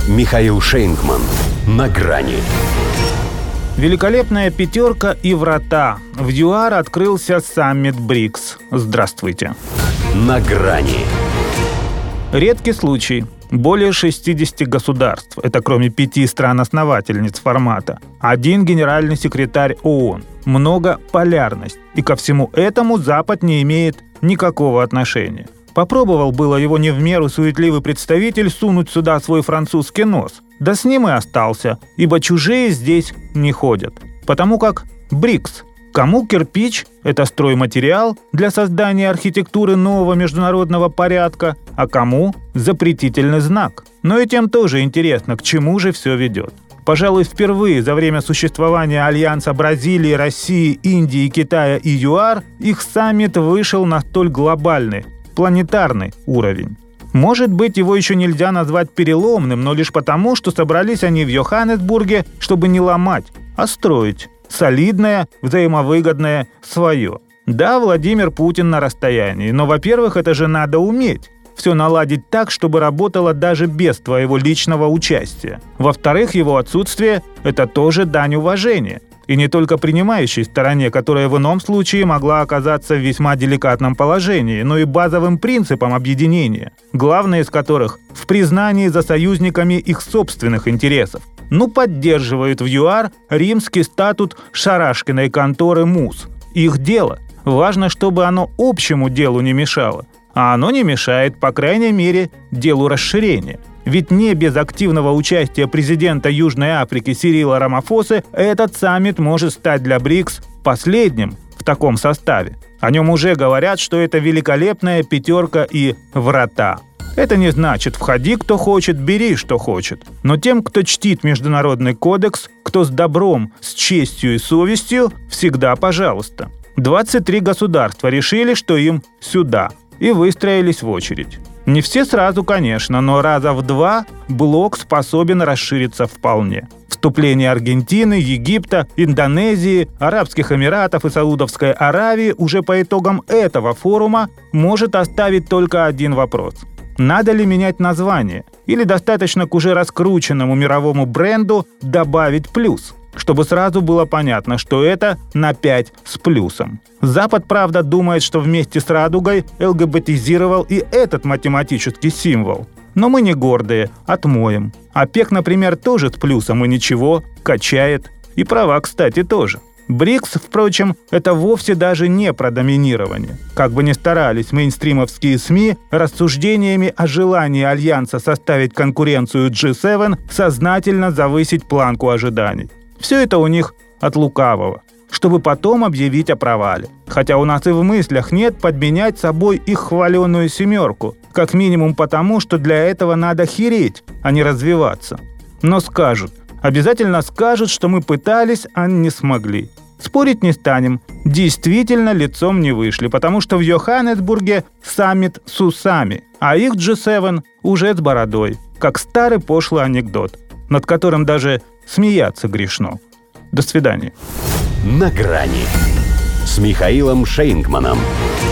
Михаил Шейнгман. На грани. Великолепная пятерка и врата. В ЮАР открылся саммит БРИКС. Здравствуйте. На грани. Редкий случай. Более 60 государств, это кроме 5 стран-основательниц формата, 1 генеральный секретарь ООН, многополярность. И ко всему этому Запад не имеет никакого отношения. Попробовал было его не в меру суетливый представитель сунуть сюда свой французский нос. Да с ним и остался, ибо чужие здесь не ходят. Потому как БРИКС. Кому кирпич – это стройматериал для создания архитектуры нового международного порядка, а кому – запретительный знак. Но и тем тоже интересно, к чему же все ведет. Пожалуй, впервые за время существования Альянса Бразилии, России, Индии, Китая и ЮАР их саммит вышел на столь глобальный, планетарный уровень. Может быть, его еще нельзя назвать переломным, но лишь потому, что собрались они в Йоханнесбурге, чтобы не ломать, а строить. Солидное, взаимовыгодное, свое. Да, Владимир Путин на расстоянии, но, во-первых, это же надо уметь. Все наладить так, чтобы работало даже без твоего личного участия. Во-вторых, его отсутствие – это тоже дань уважения. И не только принимающей стороне, которая в ином случае могла оказаться в весьма деликатном положении, но и базовым принципам объединения, главное из которых – в признании за союзниками их собственных интересов. Поддерживают в ЮАР римский статут Шарашкиной конторы МУС. Их дело. Важно, чтобы оно общему делу не мешало. А оно не мешает, по крайней мере, делу расширения. Ведь не без активного участия президента Южной Африки Сирила Рамафосы этот саммит может стать для БРИКС последним в таком составе. О нем уже говорят, что это великолепная пятерка и врата. Это не значит «входи, кто хочет, бери, что хочет». Но тем, кто чтит международный кодекс, кто с добром, с честью и совестью, всегда пожалуйста. 23 государства решили, что им сюда, и выстроились в очередь. Не все сразу, конечно, но раза в 2 блок способен расшириться вполне. Вступление Аргентины, Египта, Индонезии, Арабских Эмиратов и Саудовской Аравии уже по итогам этого форума может оставить только один вопрос. Надо ли менять название? Или достаточно к уже раскрученному мировому бренду добавить плюс? Чтобы сразу было понятно, что это на 5 с плюсом. Запад, правда, думает, что вместе с радугой ЛГБТизировал и этот математический символ. Но мы не гордые, отмоем. ОПЕК, например, тоже с плюсом и ничего, качает. И права, кстати, тоже. БРИКС, впрочем, это вовсе даже не про доминирование. Как бы ни старались мейнстримовские СМИ рассуждениями о желании Альянса составить конкуренцию G7 сознательно завысить планку ожиданий. Все это у них от лукавого, чтобы потом объявить о провале. Хотя у нас и в мыслях нет подменять собой их хваленую семерку, как минимум потому, что для этого надо хереть, а не развиваться. Но скажут, обязательно скажут, что мы пытались, а не смогли. Спорить не станем. Действительно лицом не вышли, потому что в Йоханнесбурге саммит с усами, а их G7 уже с бородой, как старый пошлый анекдот, над которым даже смеяться грешно. До свидания. На грани с Михаилом Шейнгманом.